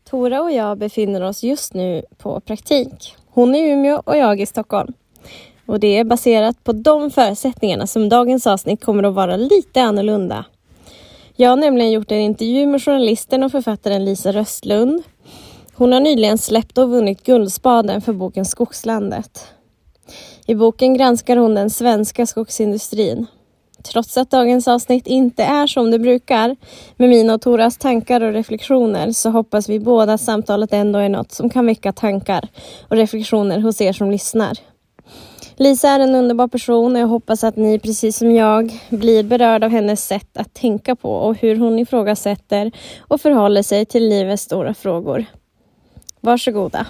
Tora och jag befinner oss just nu på praktik. Hon är i Umeå och jag i Stockholm. Och det är baserat på de förutsättningarna som dagens avsnitt kommer att vara lite annorlunda. Jag har nämligen gjort en intervju med journalisten och författaren Lisa Röstlund. Hon har nyligen släppt och vunnit Guldspaden för boken Skogslandet. I boken granskar hon den svenska skogsindustrin. Trots att dagens avsnitt inte är som det brukar, med mina och Toras tankar och reflektioner, så hoppas vi båda att samtalet ändå är något som kan väcka tankar och reflektioner hos er som lyssnar. Lisa är en underbar person och jag hoppas att ni, precis som jag, blir berörda av hennes sätt att tänka på och hur hon ifrågasätter och förhåller sig till livets stora frågor. Varsågoda.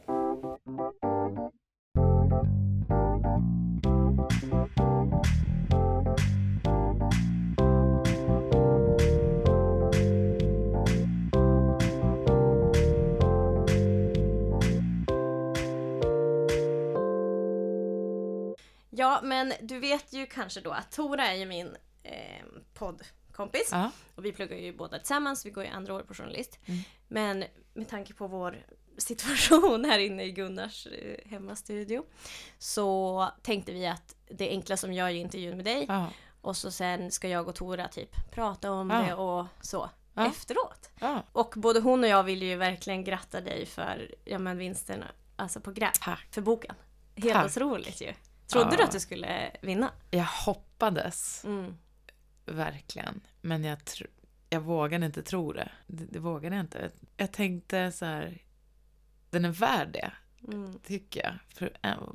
Ja, men du vet ju kanske då att Tora är ju min poddkompis. Ja. Och vi pluggar ju båda tillsammans, vi går ju andra år på journalist. Men med tanke på vår situation här inne i Gunnars hemmastudio, så tänkte vi att det är enklast som jag gör intervjun med dig. Ja. Och så sen ska jag och Tora typ prata om Ja. det och så Ja. efteråt. Ja. Och både hon och jag vill ju verkligen gratta dig för vinsterna, alltså på Gräv, Tack. för boken. Helt roligt ju. Trodde du att du skulle vinna? Jag hoppades Mm. verkligen. Men jag vågade inte tro det. Det vågade jag inte. Jag tänkte så här, den är värd det, tycker jag. För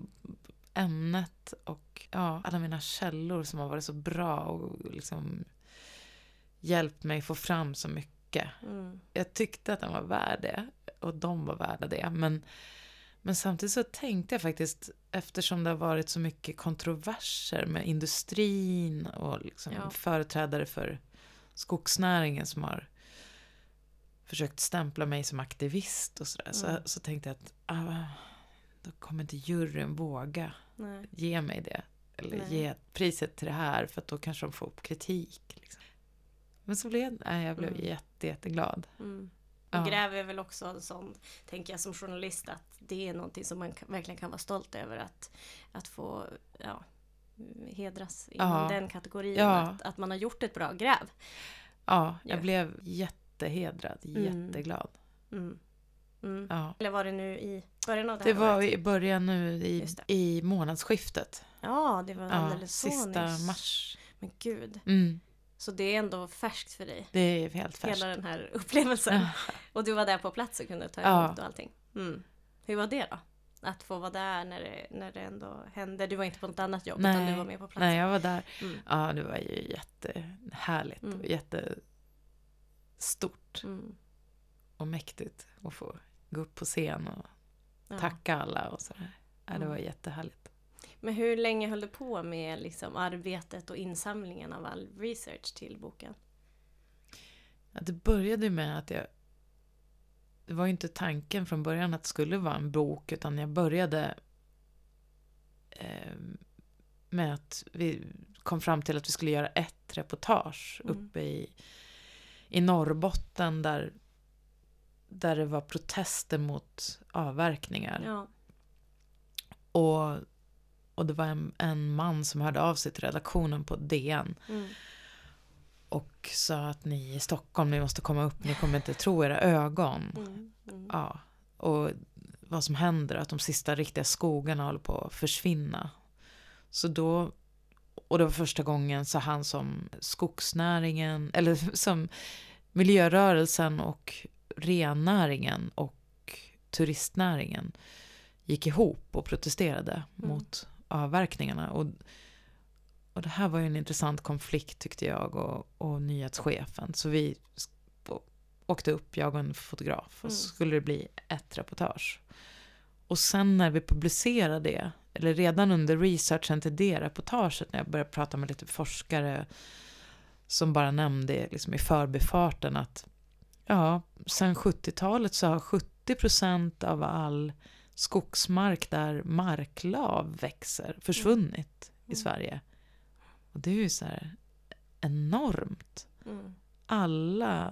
ämnet och alla mina källor som har varit så bra och liksom hjälpt mig få fram så mycket. Jag tyckte att den var värd det och de var värda det. Men samtidigt så tänkte jag faktiskt, eftersom det har varit så mycket kontroverser med industrin och liksom företrädare för skogsnäringen som har försökt stämpla mig som aktivist och sådär, så tänkte jag att då kommer inte juryn våga ge mig det. Eller ge priset till det här, för att då kanske de får upp kritik. Liksom. Men så blev jag blev jätteglad. Och Gräv är väl också en sån, tänker jag som journalist, att det är någonting som man verkligen kan vara stolt över, att få hedras inom den kategorin, att man har gjort ett bra gräv. Ja, jag blev jättehedrad, jätteglad. Ja. Eller var det nu i början av det här Det var året? i början nu i månadsskiftet. Ja, det var alldeles så sista nyss. Mars. Men gud. Så det är ändå färskt för dig. Det är helt färskt. Hela den här upplevelsen. Och du var där på plats och kunde ta emot och allting. Hur var det då? Att få vara där när det ändå hände. Du var inte på något annat jobb, utan du var med på plats. Nej, jag var där. Ja, det var ju jättehärligt och jättestort och mäktigt att få gå upp på scen och tacka alla och sådär. Ja, det var jättehärligt. Men hur länge höll du på med liksom arbetet och insamlingen av all research till boken? Ja, det började med att det var ju inte tanken från början att det skulle vara en bok, utan jag började med att vi kom fram till att vi skulle göra ett reportage uppe i Norrbotten där det var protester mot avverkningar. Ja. Och det var en man som hörde av sig till redaktionen på DN och sa att ni i Stockholm, ni måste komma upp, ni kommer inte tro era ögon. Ja, och vad som händer, att de sista riktiga skogarna håller på att försvinna. Så då, och det var första gången så han som skogsnäringen, eller som miljörörelsen och rennäringen och turistnäringen gick ihop och protesterade mot avverkningarna. Och det här var ju en intressant konflikt, tyckte jag och nyhetschefen. Så vi åkte upp, jag och en fotograf, och så skulle det bli ett reportage. Och sen när vi publicerade det, eller redan under researchen till det reportaget, när jag började prata med lite forskare som bara nämnde liksom i förbifarten att sen 70-talet så har 70% av all skogsmark där marklav växer försvunnit i Sverige. Och det är ju så här enormt. Alla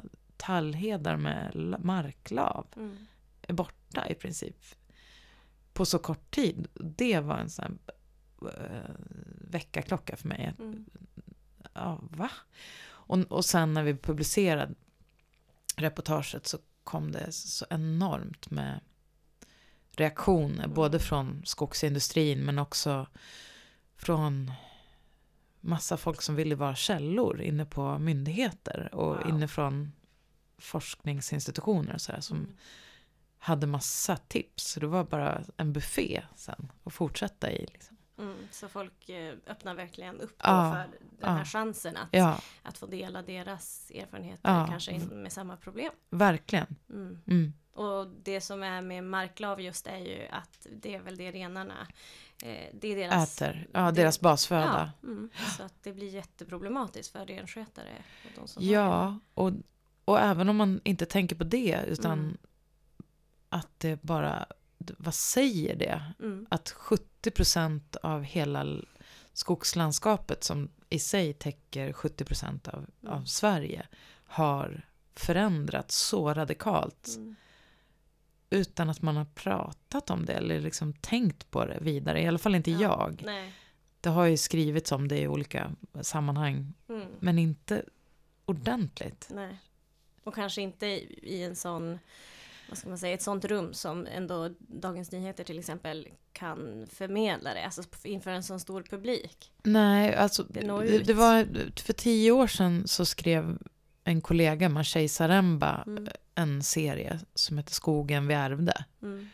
tallhedar med marklav är borta i princip på så kort tid. Det var en sån väckarklocka för mig. Ja, va? Och sen när vi publicerade reportaget så kom det så enormt med reaktioner, både från skogsindustrin men också från massa folk som ville vara källor inne på myndigheter och inifrån forskningsinstitutioner och så här, som hade massa tips. Så det var bara en buffé sen att fortsätta i liksom. Så folk öppnar verkligen upp för den här chansen att få dela deras erfarenheter, kanske med samma problem. Verkligen. Och det som är med marklav just är ju att det är väl det renarna det är deras äter. Ja, deras basföda. Så att det blir jätteproblematiskt för renskötare och de som har det. Och även om man inte tänker på det utan att det bara, vad säger det? Att 70% av hela skogslandskapet som i sig täcker 70% av Sverige har förändrats så radikalt utan att man har pratat om det eller liksom tänkt på det vidare. I alla fall inte jag. Nej. Det har ju skrivits om det i olika sammanhang men inte ordentligt. Nej. Och kanske inte i en sån, vad ska man säga, ett sånt rum som ändå Dagens Nyheter till exempel kan förmedla det, alltså inför en sån stor publik. Nej, alltså det var för 10 år sedan så skrev en kollega, Marseille Saremba, en serie som heter Skogen vi ärvde,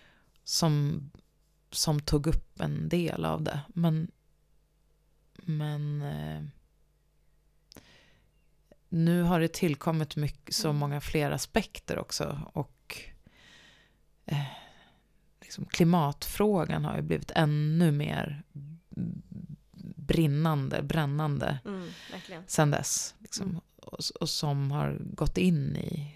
som tog upp en del av det. Men nu har det tillkommit så många fler aspekter också, och liksom klimatfrågan har ju blivit ännu mer brännande sedan dess liksom, och som har gått in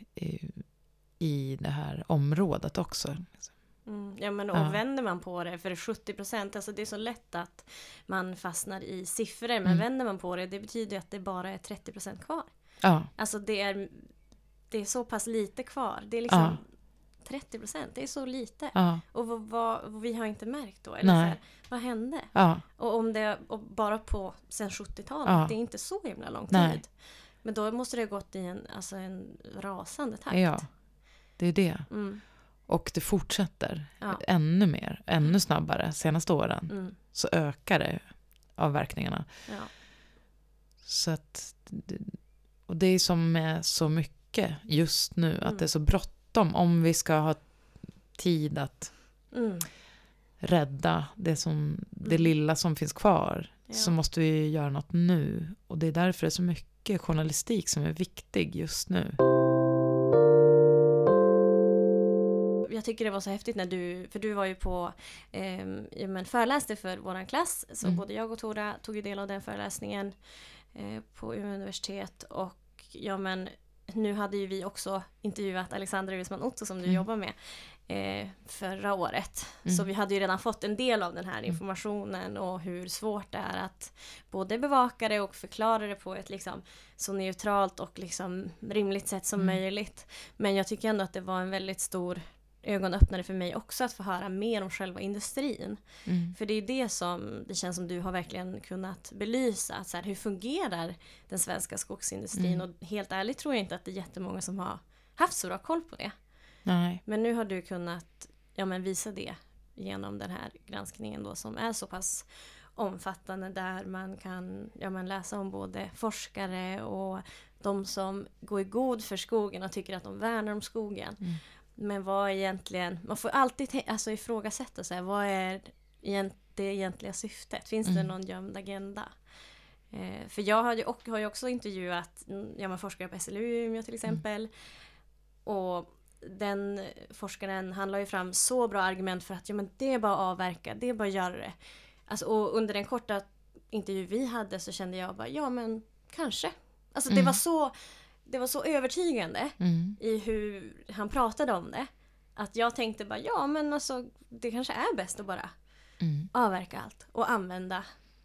i det här området också liksom. Ja, men och vänder man på det, för 70%, alltså det är så lätt att man fastnar i siffror, men vänder man på det, det betyder att det bara är 30% kvar. Alltså det är så pass lite kvar, det är liksom 30%, det är så lite. Och vad vi har inte märkt då, eller så här, vad hände? Och om det och bara på sen 70-talet, det är inte så himla lång tid. Nej. Men då måste det ha gått i en rasande takt. Ja, det är det. Och det fortsätter ännu mer, ännu snabbare senaste åren. Så ökar det avverkningarna. Så att, och det är som med så mycket just nu, att det är så bråttom om vi ska ha tid att rädda det lilla som finns kvar, så måste vi göra något nu. Och det är därför det är så mycket journalistik som är viktig just nu. Jag tycker det var så häftigt för du var ju på föreläste för våran klass, så både jag och Tora tog ju del av den föreläsningen på Umeå universitet, och nu hade ju vi också intervjuat Alexandra Wiesman Otto som du jobbar med förra året. Så vi hade ju redan fått en del av den här informationen och hur svårt det är att både bevaka det och förklara det på ett liksom så neutralt och liksom rimligt sätt som möjligt. Men jag tycker ändå att det var en väldigt stor ögonöppnare för mig också att få höra mer om själva industrin. För det är det som det känns som du har verkligen kunnat belysa. Så här, hur fungerar den svenska skogsindustrin? Och helt ärligt tror jag inte att det är jättemånga som har haft så bra koll på det. Nej. Men nu har du kunnat visa det genom den här granskningen då, som är så pass omfattande, där man kan läsa om både forskare och de som går i god för skogen och tycker att de värnar om skogen. Men vad egentligen, man får alltid ifrågasätta så här, vad är det egentliga syftet? Finns det någon gömd agenda? För jag har ju också intervjuat forskare på SLU i Umeå till exempel. Och den forskaren, han la ju fram så bra argument för att det är bara att avverka, det är bara att göra det. Alltså, och under den korta intervju vi hade så kände jag bara, kanske. Alltså det var så övertygande i hur han pratade om det, att jag tänkte bara, det kanske är bäst att bara avverka allt och använda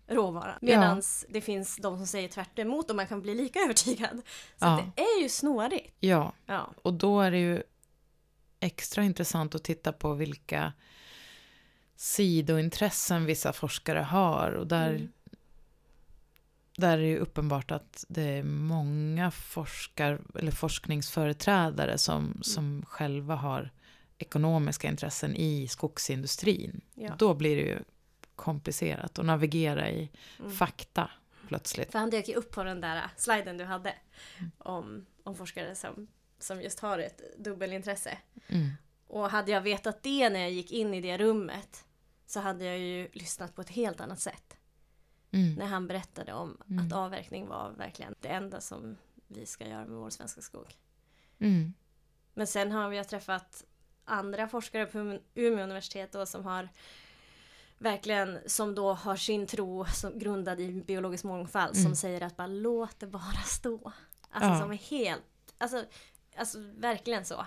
råvaran. Medan det finns de som säger tvärt emot och man kan bli lika övertygad. Så att det är ju snårigt. Ja, och då är det ju extra intressant att titta på vilka sidointressen vissa forskare har. Och där är det ju uppenbart att det är många forskningsföreträdare som själva har ekonomiska intressen i skogsindustrin. Ja. Då blir det ju komplicerat att navigera i fakta plötsligt. För han dök ju upp på den där sliden du hade om forskare som just har ett dubbelintresse. Och hade jag vetat det när jag gick in i det rummet så hade jag ju lyssnat på ett helt annat sätt. När han berättade om att avverkning var verkligen det enda som vi ska göra med vår svenska skog. Men sen har vi träffat andra forskare på Umeå universitet då, som har verkligen, som då har sin tro som grundad i biologisk mångfald, som säger att bara låt det bara stå. Alltså som är helt, alltså verkligen så.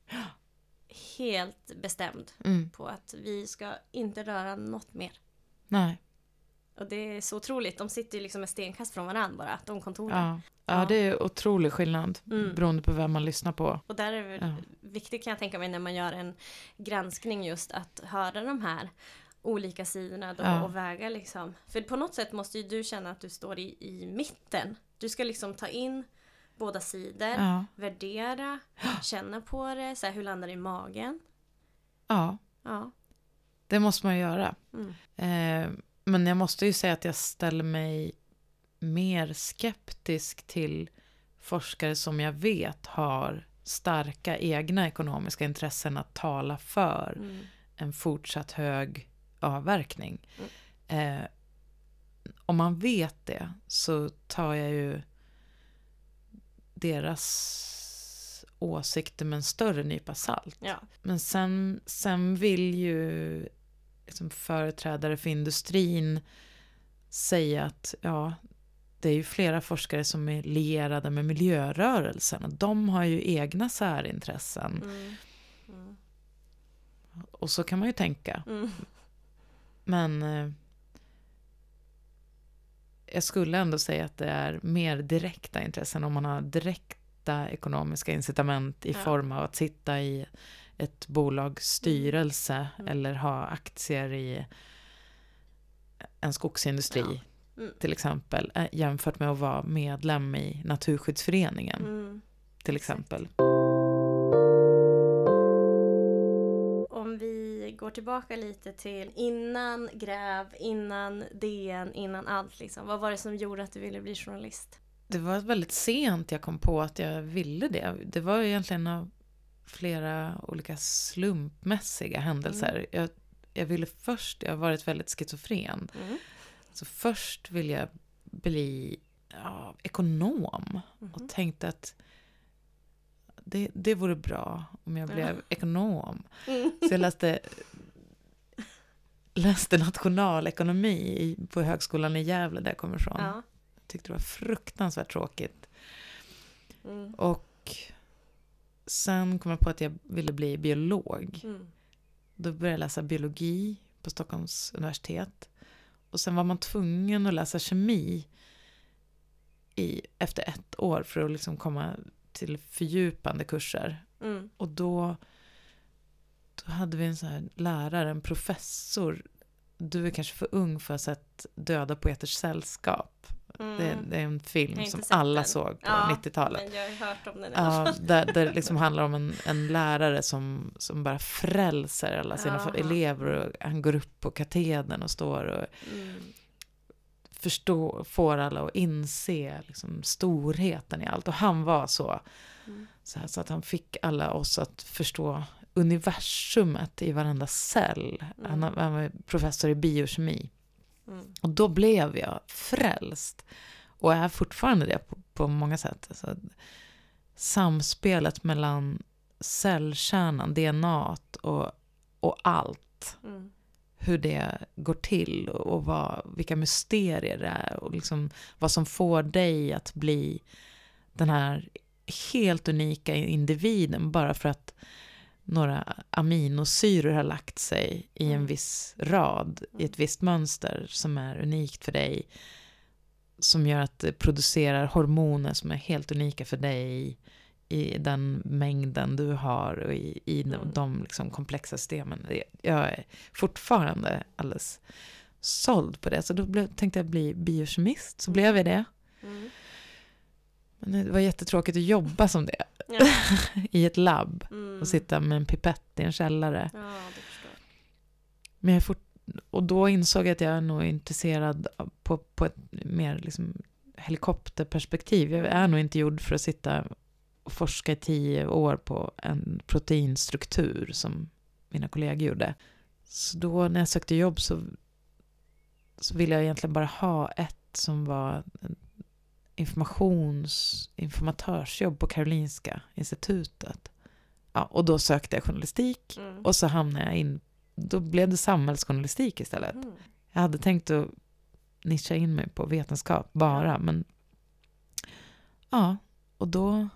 Helt bestämd på att vi ska inte röra något mer. Nej. Och det är så otroligt. De sitter ju liksom med stenkast från varandra bara, de kontoren. Ja, det är otrolig skillnad beroende på vem man lyssnar på. Och där är det viktigt, kan jag tänka mig, när man gör en granskning, just att höra de här olika sidorna då och väga liksom. För på något sätt måste ju du känna att du står i mitten. Du ska liksom ta in båda sidor, värdera, känna på det, så här, hur landar det i magen? Ja. Det måste man göra. Men jag måste ju säga att jag ställer mig mer skeptisk till forskare som jag vet har starka egna ekonomiska intressen att tala för en fortsatt hög avverkning. Om man vet det så tar jag ju deras åsikter med en större nypa salt. Ja. Men sen vill ju liksom företrädare för industrin säga att det är ju flera forskare som är lierade med miljörörelsen och de har ju egna särintressen. Och så kan man ju tänka. Men jag skulle ändå säga att det är mer direkta intressen om man har direkta ekonomiska incitament i form av att sitta i ett bolags styrelse eller ha aktier i en skogsindustri till exempel, jämfört med att vara medlem i Naturskyddsföreningen till exempel. Om vi går tillbaka lite till innan Gräv, innan DN, innan allt liksom. Vad var det som gjorde att du ville bli journalist? Det var väldigt sent jag kom på att jag ville det. Det var egentligen av flera olika slumpmässiga händelser. Jag ville först, jag har varit väldigt schizofren. Så först ville jag bli ekonom. Och tänkte att det vore bra om jag blev ekonom. Så jag läste nationalekonomi på högskolan i Gävle där jag kommer ifrån. Jag tyckte det var fruktansvärt tråkigt. Och sen kom jag på att jag ville bli biolog. Då började jag läsa biologi på Stockholms universitet. Och sen var man tvungen att läsa kemi efter 1 år för att liksom komma till fördjupande kurser. Och då hade vi en sån här lärare, en professor. Du är kanske för ung för att ha sett Döda poeters sällskap. Det är en film som alla såg på 90-talet. Men jag har hört om den. Där det liksom handlar om en lärare som bara frälser alla sina elever. Och han går upp på katedern och står och får alla att inse liksom storheten i allt. Och han var så att han fick alla oss att förstå universumet i varenda cell. Han var professor i biokemi. Och då blev jag frälst. Och är fortfarande det på många sätt. Alltså, samspelet mellan cellkärnan, DNA och allt. Hur det går till och vilka mysterier det är. Och liksom vad som får dig att bli den här helt unika individen bara för att några aminosyror har lagt sig i en viss rad, i ett visst mönster som är unikt för dig, som gör att det producerar hormoner som är helt unika för dig i den mängden du har och i de liksom komplexa systemen. Jag är fortfarande alldeles såld på det. Så då tänkte jag bli biokemist, så blev jag det. Men det var jättetråkigt att jobba som det. I ett labb och sitta med en pipett i en källare. Ja, det förstår jag. Men och då insåg jag att jag är nog intresserad på ett mer liksom helikopterperspektiv. Jag är nog inte gjord för att sitta och forska i 10 år på en proteinstruktur som mina kollegor gjorde. Så då när jag sökte jobb så ville jag egentligen bara ha ett som var informatörsjobb på Karolinska institutet. Ja, och då sökte jag journalistik och så hamnade jag in, då blev det samhällsjournalistik istället. Jag hade tänkt att nischa in mig på vetenskap bara, men ja, och då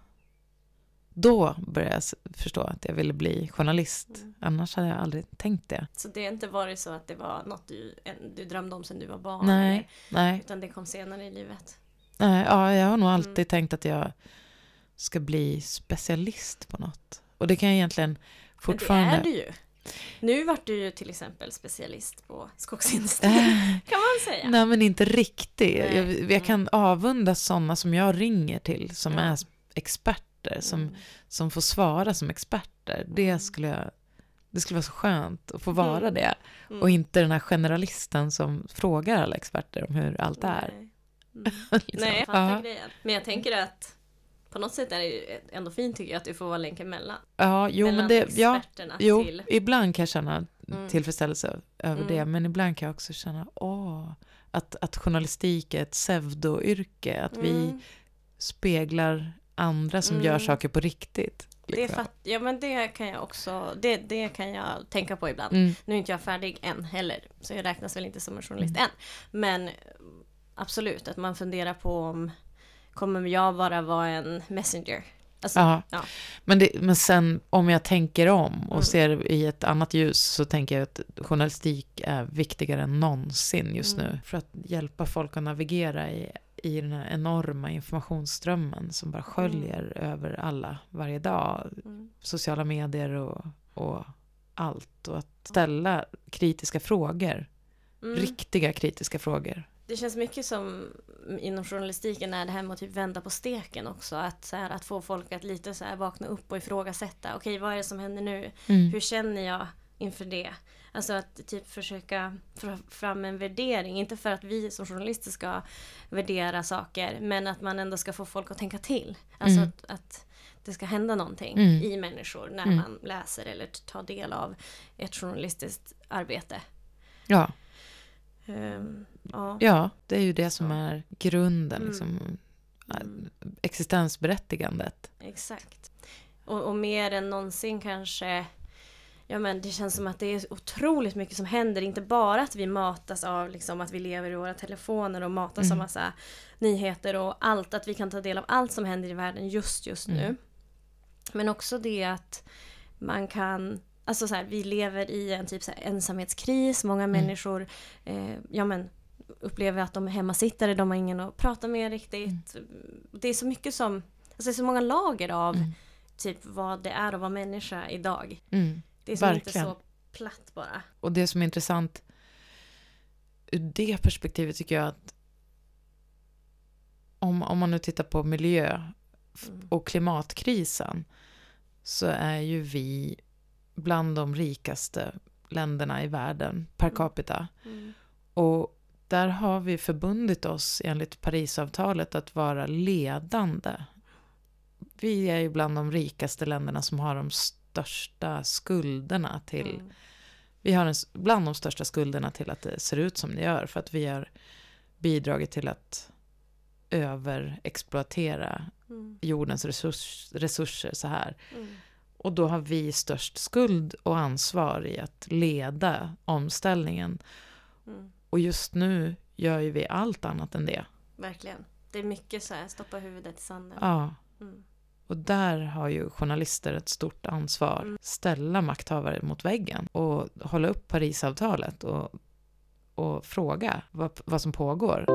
började jag förstå att jag ville bli journalist. Annars hade jag aldrig tänkt det. Så det har inte varit så att det var något du drömde om sedan du var barn? Nej. Utan det kom senare i livet? Nej, ja, jag har nog alltid tänkt att jag ska bli specialist på något. Och det kan jag egentligen fortfarande... Men det är du ju. Nu vart du ju till exempel specialist på skogsindustrin, kan man säga. Nej, men inte riktigt. Jag kan avundas sådana som jag ringer till, som är experter, som får svara som experter. Det skulle vara så skönt att få vara det. Och inte den här generalisten som frågar alla experter om hur allt är. Liksom. Nej, jag fattar grejen. Men jag tänker att på något sätt är det ju ändå fint, tycker jag, att du får vara länken mellan. Ja, men det experterna till... ibland kan jag känna tillfredsställelse över det, men ibland kan jag också känna att journalistik är ett pseudoyrke, att vi speglar andra som gör saker på riktigt. Liksom. Ja, men det kan jag också, det kan jag tänka på ibland. Nu är inte jag färdig än heller, så jag räknas väl inte som en journalist än. Men absolut, att man funderar på om kommer jag bara vara en messenger? Alltså, ja. Men sen om jag tänker om och ser i ett annat ljus, så tänker jag att journalistik är viktigare än någonsin just nu. För att hjälpa folk att navigera i den här enorma informationsströmmen som bara sköljer över alla varje dag. Sociala medier och allt. Och att ställa kritiska frågor. Riktiga kritiska frågor. Det känns mycket som inom journalistiken är det här med att typ vända på steken också. Att få folk att lite så här vakna upp och ifrågasätta. Okej, vad är det som händer nu? Hur känner jag inför det? Alltså att typ försöka få fram en värdering. Inte för att vi som journalister ska värdera saker, men att man ändå ska få folk att tänka till. Alltså att det ska hända någonting i människor när man läser eller tar del av ett journalistiskt arbete. Ja. Ja, det är ju det som är grunden, liksom, existensberättigandet. Exakt. Och mer än någonsin kanske, ja, men det känns som att det är otroligt mycket som händer. Inte bara att vi matas av liksom, att vi lever i våra telefoner och matas av massa nyheter och allt, att vi kan ta del av allt som händer i världen just nu. Men också det att man kan... Alltså så här, vi lever i en typ så här ensamhetskris. Många människor upplever att de är hemmasittare. De har ingen att prata med riktigt. Det är så mycket som... Alltså det är så många lager av typ vad det är att vara människa idag. Det är som inte så platt bara. Och det som är intressant ur det perspektivet tycker jag att om man nu tittar på miljö och klimatkrisen, så är ju vi bland de rikaste länderna i världen per capita. Och där har vi förbundit oss enligt Parisavtalet att vara ledande. Vi är ju bland de rikaste länderna som har de största skulderna till... Vi har bland de största skulderna till att det ser ut som det gör, för att vi har bidragit till att överexploatera jordens resurser så här. Och då har vi störst skuld och ansvar i att leda omställningen. Och just nu gör ju vi allt annat än det. Verkligen. Det är mycket så här, stoppa huvudet i sanden. Ja. Och där har ju journalister ett stort ansvar. Ställa makthavare mot väggen och hålla upp Parisavtalet och fråga vad som pågår.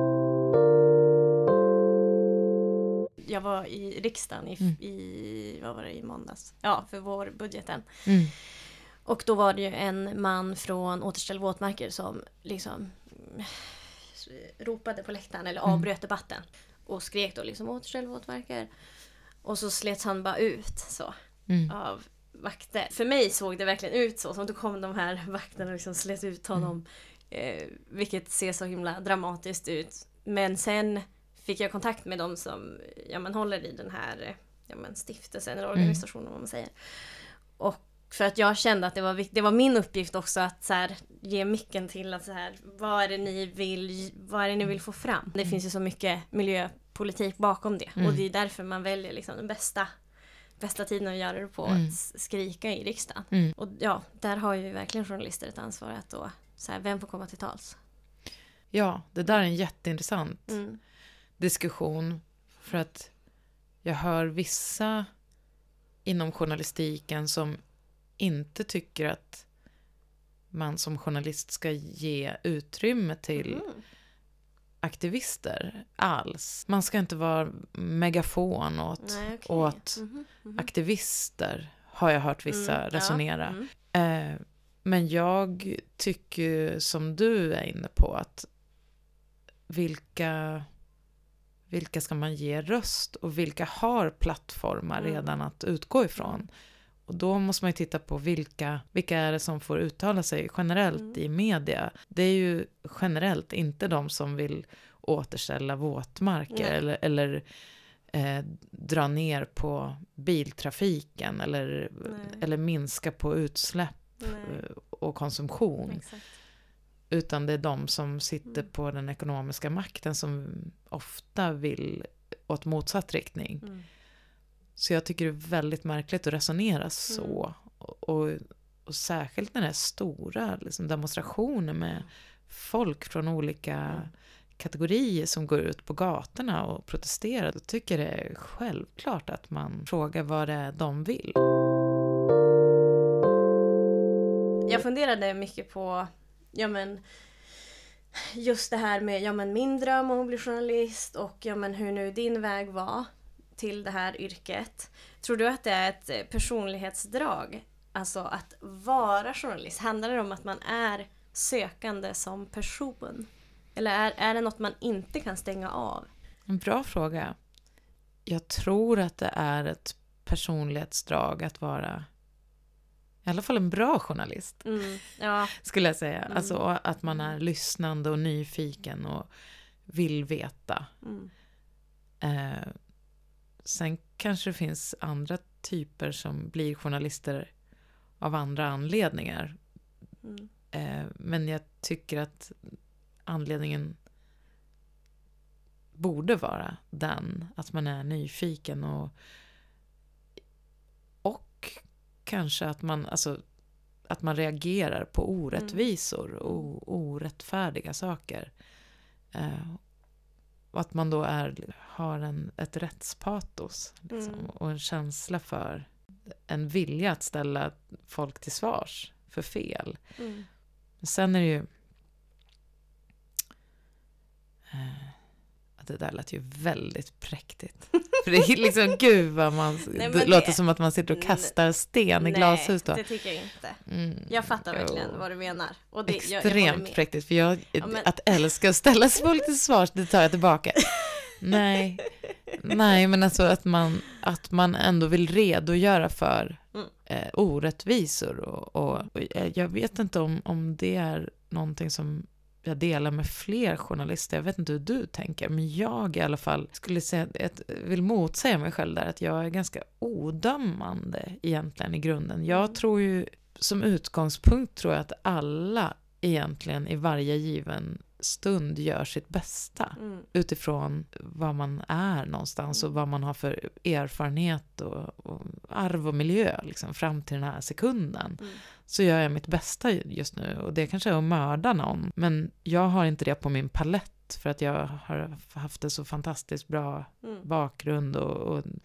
Jag var i riksdagen i vad var det, i måndags? Ja, för vår budgeten. Och då var det ju en man från Återställ våtmarker som liksom ropade på läktaren eller avbröt debatten och skrek då liksom återställ våtmarker. Och så slets han bara ut så av vakter. För mig såg det verkligen ut så som då kom de här vakterna och liksom slet ut honom. Vilket ser så himla dramatiskt ut. Men sen fick jag kontakt med dem som håller i den här stiftelsen eller organisationen vad man säger. Och för att jag kände att det var min uppgift också att så här, ge micken till att så här, vad är det ni vill få fram. Det finns ju så mycket miljöpolitik bakom det. Och det är därför man väljer liksom den bästa tiden att göra det på att skrika i riksdagen. Och ja, där har ju verkligen journalister ett ansvar att då, så här, vem får komma till tals? Ja, det där är en jätteintressant diskussion. För att jag hör vissa inom journalistiken som inte tycker att man som journalist ska ge utrymme till aktivister alls. Man ska inte vara megafon åt aktivister, har jag hört vissa resonera. Men jag tycker som du är inne på att vilka ska man ge röst och vilka har plattformar redan att utgå ifrån. Och då måste man ju titta på vilka är det som får uttala sig generellt i media. Det är ju generellt inte de som vill återställa våtmarker eller dra ner på biltrafiken eller minska på utsläpp och konsumtion. Exakt. Utan det är de som sitter på den ekonomiska makten som ofta vill åt motsatt riktning. Så jag tycker det är väldigt märkligt att resonera så. Och särskilt när det är stora liksom, demonstrationer med folk från olika kategorier som går ut på gatorna och protesterar. Då tycker jag det är självklart att man frågar vad det är de vill. Jag funderade mycket på just det här med min dröm om att bli journalist och hur nu din väg var till det här yrket. Tror du att det är ett personlighetsdrag? Alltså att vara journalist. Handlar det om att man är sökande som person? Eller är det något man inte kan stänga av? En bra fråga. Jag tror att det är ett personlighetsdrag att vara i alla fall en bra journalist. Skulle jag säga. Alltså att man är lyssnande och nyfiken och vill veta. Sen kanske det finns andra typer som blir journalister av andra anledningar. Men jag tycker att anledningen borde vara den att man är nyfiken och kanske att man reagerar på orättvisor och orättfärdiga saker. Och att man då har ett rättspatos liksom, och en känsla för en vilja att ställa folk till svars för fel. Sen är det ju det där lät ju väldigt präktigt. För det är liksom, gud vad det låter som att man sitter och kastar sten i glashus då. Nej, det tycker jag inte. Jag fattar verkligen vad du menar. Och det, extremt präktigt, för att älska och ställa folk till svars, det tar jag tillbaka. Nej, men alltså att man ändå vill redogöra för orättvisor och jag vet inte om det är någonting som jag delar med fler journalister. Jag vet inte hur du tänker, men jag i alla fall skulle säga att vill motsäga mig själv där, att jag är ganska odömande egentligen i grunden. Jag tror ju, som utgångspunkt tror jag att alla egentligen i varje given stund gör sitt bästa utifrån vad man är någonstans och vad man har för erfarenhet och arv och miljö liksom, fram till den här sekunden. Så gör jag mitt bästa just nu, och det kanske är att mörda någon, men jag har inte det på min palett för att jag har haft en så fantastiskt bra bakgrund och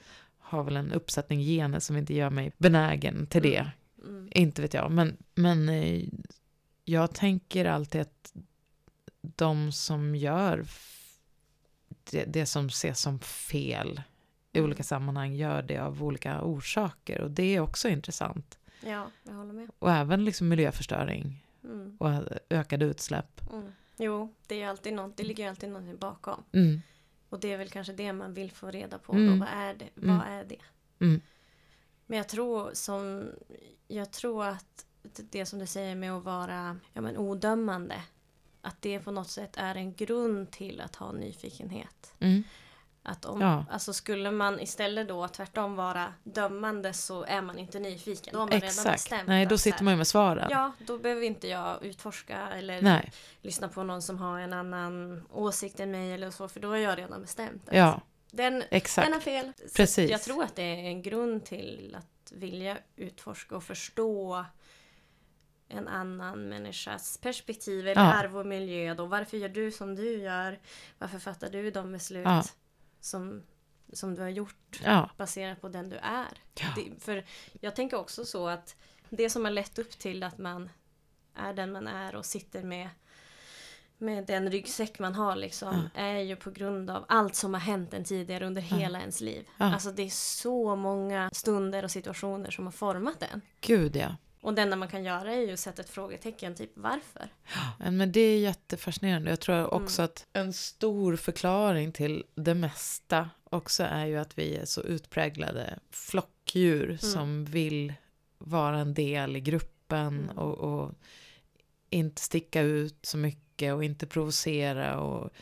har väl en uppsättning gener som inte gör mig benägen till det. Inte vet jag. Men jag tänker alltid att de som gör det som ses som fel i olika sammanhang gör det av olika orsaker. Och det är också intressant. Ja, jag håller med. Och även liksom miljöförstöring och ökade utsläpp. Jo, det är alltid något, det ligger alltid någonting bakom. Och det är väl kanske det man vill få reda på. Då. Vad är det? Vad är det? Men jag tror att det som du säger med att vara odömande, att det på något sätt är en grund till att ha nyfikenhet. Att alltså skulle man istället då tvärtom vara dömande, så är man inte nyfiken. Då har man redan bestämt. Nej, då sitter man ju med svaren. Ja, då behöver inte jag utforska eller lyssna på någon som har en annan åsikt än mig eller så, för då har jag redan bestämt. Ja, den har fel. Precis. Så jag tror att det är en grund till att vilja utforska och förstå en annan människas perspektiv eller arv och miljö. Då. Varför gör du som du gör? Varför fattar du de beslut som du har gjort baserat på den du är? För jag tänker också så att det som har lett upp till att man är den man är och sitter med den ryggsäck man har liksom, är ju på grund av allt som har hänt en tidigare under hela ens liv. Alltså det är så många stunder och situationer som har format den. Gud, ja. Och det enda man kan göra är ju att sätta ett frågetecken, typ varför? Ja, men det är jättefascinerande. Jag tror också att en stor förklaring till det mesta också är ju att vi är så utpräglade flockdjur som vill vara en del i gruppen och inte sticka ut så mycket och inte provocera. Och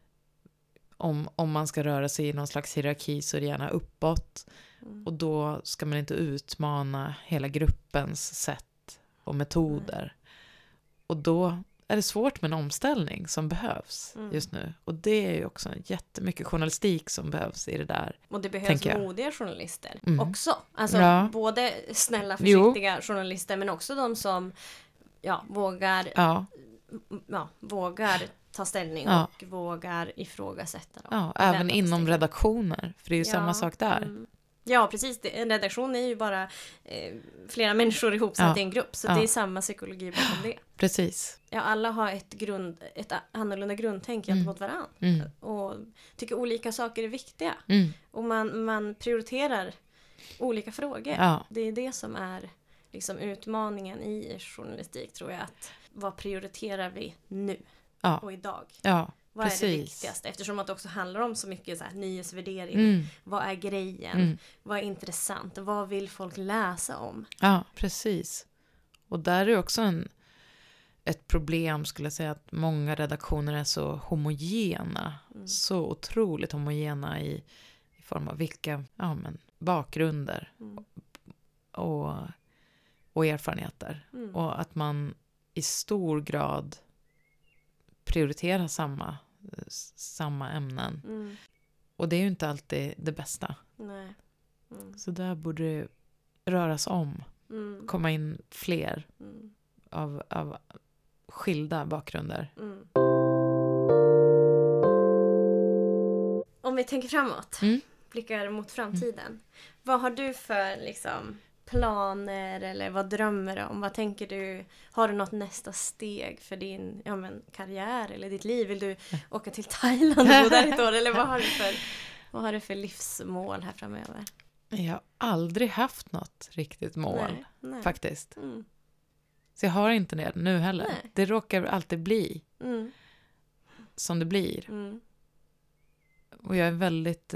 om man ska röra sig i någon slags hierarki så är det gärna uppåt. Och då ska man inte utmana hela gruppens sätt och metoder. Och då är det svårt med en omställning som behövs just nu. Och det är ju också jättemycket journalistik som behövs i det där. Och det behövs modiga journalister också. Alltså både snälla, försiktiga journalister, men också de som vågar ta ställning och vågar ifrågasätta. Ja, även inom redaktioner. För det är ju samma sak där. Ja, precis. En redaktion är ju bara flera människor ihopsatt i en grupp. Så det är samma psykologi bakom det. Precis. Ja, alla har ett annorlunda grundtänk gentemot varandra. Och tycker olika saker är viktiga. Och man prioriterar olika frågor. Ja. Det är det som är liksom utmaningen i journalistik, tror jag. Att vad prioriterar vi nu och idag? Ja. Vad är det viktigaste? Eftersom att det också handlar om så mycket så här, nyhetsvärdering. Vad är grejen? Vad är intressant? Vad vill folk läsa om? Ja, precis. Och där är också ett problem, skulle jag säga, att många redaktioner är så homogena. Så otroligt homogena i form av vilka bakgrunder och erfarenheter. Och att man i stor grad prioritera samma ämnen. Och det är ju inte alltid det bästa. Nej. Så där borde det röras om. Komma in fler av skilda bakgrunder. Om vi tänker framåt, blickar mot framtiden. Vad har du för liksom planer, eller vad drömmer du om? Vad tänker du? Har du något nästa steg för din karriär eller ditt liv? Vill du åka till Thailand och bo där ett år? Eller vad har du för livsmål här framöver? Jag har aldrig haft något riktigt mål, faktiskt. Så jag har inte det nu heller. Nej. Det råkar alltid bli som det blir. Och jag är väldigt...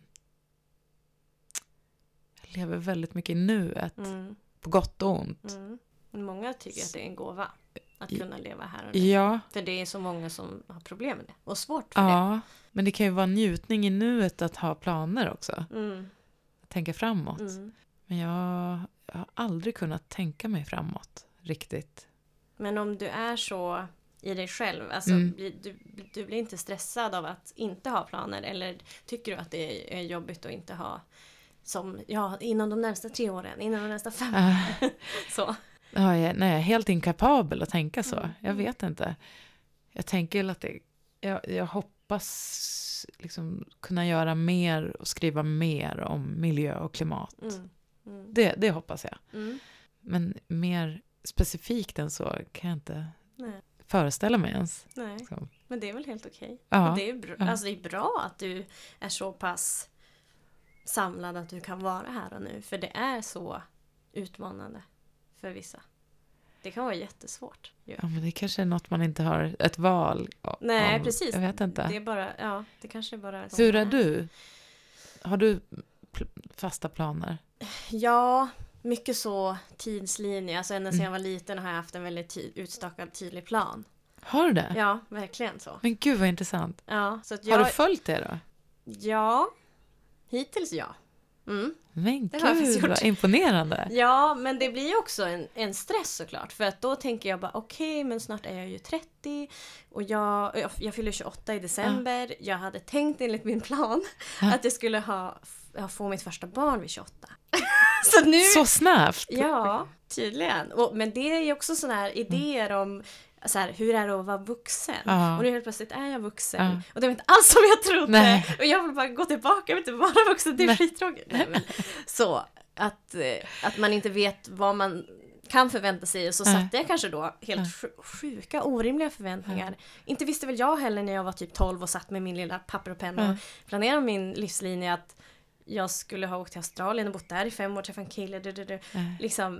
Jag lever väldigt mycket i nuet. På gott och ont. Många tycker att det är en gåva att kunna leva här och nu. Ja. För det är så många som har problem med det. Och svårt för det. Ja, men det kan ju vara njutning i nuet att ha planer också. Att tänka framåt. Men jag har aldrig kunnat tänka mig framåt riktigt. Men om du är så i dig själv, alltså du blir inte stressad av att inte ha planer? Eller tycker du att det är jobbigt att inte ha som, inom de närmsta 3 åren, inom de nästa 5 åren. Så. Ja, jag är helt inkapabel att tänka så. Jag vet inte. Jag tänker att hoppas liksom kunna göra mer och skriva mer om miljö och klimat. Det hoppas jag. Men mer specifikt än så kan jag inte föreställa mig ens. Nej. Så. Men det är väl helt okej. Ja. Och det är alltså det är bra att du är så pass samlad att du kan vara här och nu. För det är så utmanande för vissa. Det kan vara jättesvårt. Ja, men det kanske är något man inte har ett val om. Nej, precis. Jag vet inte. Det är bara, det kanske bara är så. Hur är du? Har du fasta planer? Ja, mycket så tidslinje. Alltså ända sedan jag var liten har jag haft en väldigt utstakad tydlig plan. Har du det? Ja, verkligen så. Men gud vad intressant. Ja, så att Har du följt det då? Ja, hittills ja. Men Det har jag faktiskt gud vad imponerande. Ja, men det blir ju också en stress såklart. För att då tänker jag bara okej, men snart är jag ju 30 och jag fyller 28 i december. Jag hade tänkt enligt min plan att jag skulle få mitt första barn vid 28. Så nu... Så snabbt. Ja, tydligen. Men det är ju också sådana här idéer om så här, hur är det att vara vuxen? Och nu helt plötsligt är jag vuxen. Och det var inte alls som jag trodde. Nej. Och jag vill bara gå tillbaka, jag vill inte vara vuxen. Det är skittråkigt. Så att man inte vet vad man kan förvänta sig. Och så satte jag kanske då helt sjuka, orimliga förväntningar. Inte visste väl jag heller när jag var typ 12 och satt med min lilla papper och penna och planerade min livslinje att jag skulle ha åkt till Australien och bott där i 5 år, träffa en kille. Liksom.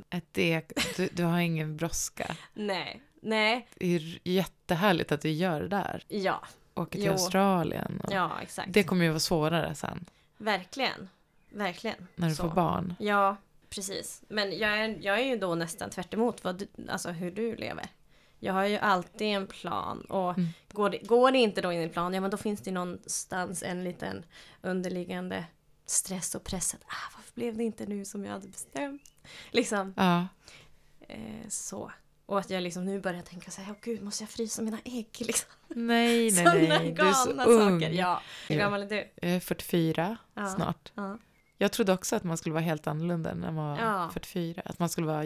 Du har ingen brådska. Nej. Det är jättehärligt att du gör det där. Ja. Åker till Australien. Ja, exakt. Det kommer ju vara svårare sen. Verkligen. När du får barn. Ja, precis. Men jag är ju då nästan tvärt emot hur du lever. Jag har ju alltid en plan. Och går det inte då in i plan, ja men då finns det någonstans en liten underliggande stress och press. Varför blev det inte nu som jag hade bestämt? Liksom. Ja. Så. Och att jag liksom nu börjar tänka så här, gud, måste jag frysa mina ägg? Liksom. Nej. Du är så ung. Saker. Ja. Hur gammal är du? Jag är 44 snart. Ja. Jag trodde också att man skulle vara helt annorlunda när man var 44. Att man skulle vara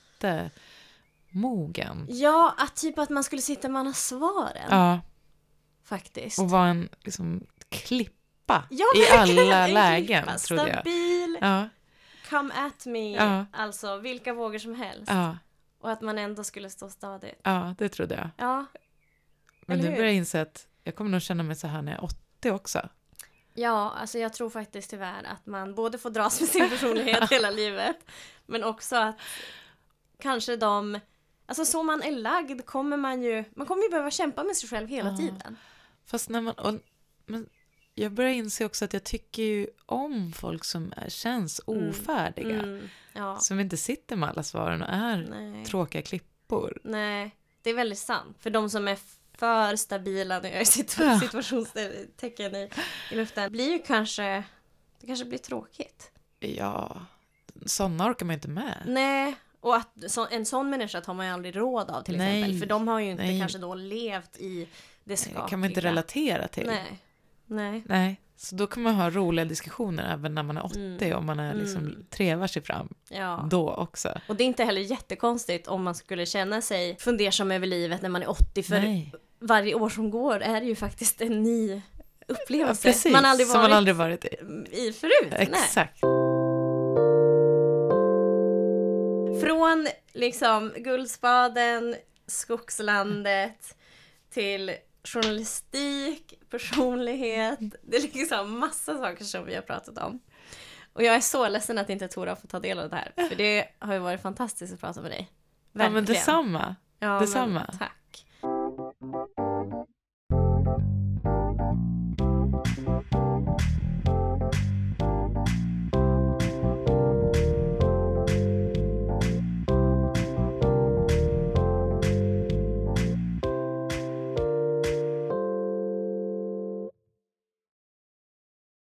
jättemogen. Ja, att man skulle sitta med alla svaren. Ja. Faktiskt. Och vara en liksom klippa i alla lägen, trodde jag. Stabil. Ja. Come at me. Ja. Alltså, vilka vågor som helst. Ja. Och att man ändå skulle stå stadigt. Ja, det trodde jag. Ja. Men nu börjar jag inse att jag kommer nog känna mig så här när jag är 80 också. Ja, alltså jag tror faktiskt tyvärr att man både får dras med sin personlighet hela livet. Men också att kanske så man är lagd kommer man kommer ju behöva kämpa med sig själv hela tiden. Fast men jag börjar inse också att jag tycker ju om folk som känns ofärdiga. Som inte sitter med alla svaren och är tråkiga klippor. Nej, det är väldigt sant. För de som är för stabila när jag är situationstecken i luften blir ju det kanske blir tråkigt. Ja, sådana orkar man inte med. Nej, och att en sån människa tar man ju aldrig råd av till exempel. För de har ju inte kanske då levt i det skakiga. Det kan man inte relatera till. Nej. Så då kan man ha roliga diskussioner även när man är 80 och man är liksom trevar sig fram då också. Och det är inte heller jättekonstigt om man skulle känna sig fundersam över livet när man är 80. För varje år som går är det ju faktiskt en ny upplevelse. Ja, precis, som man aldrig varit i förut. Exakt. Från liksom Guldspaden, skogslandet till journalistik, personlighet. Det är liksom massa saker som vi har pratat om. Och jag är så ledsen att inte Tora får ta del av det här. För det har ju varit fantastiskt att prata med dig. Verkligen. Ja, men detsamma. Ja, detsamma. Men, tack.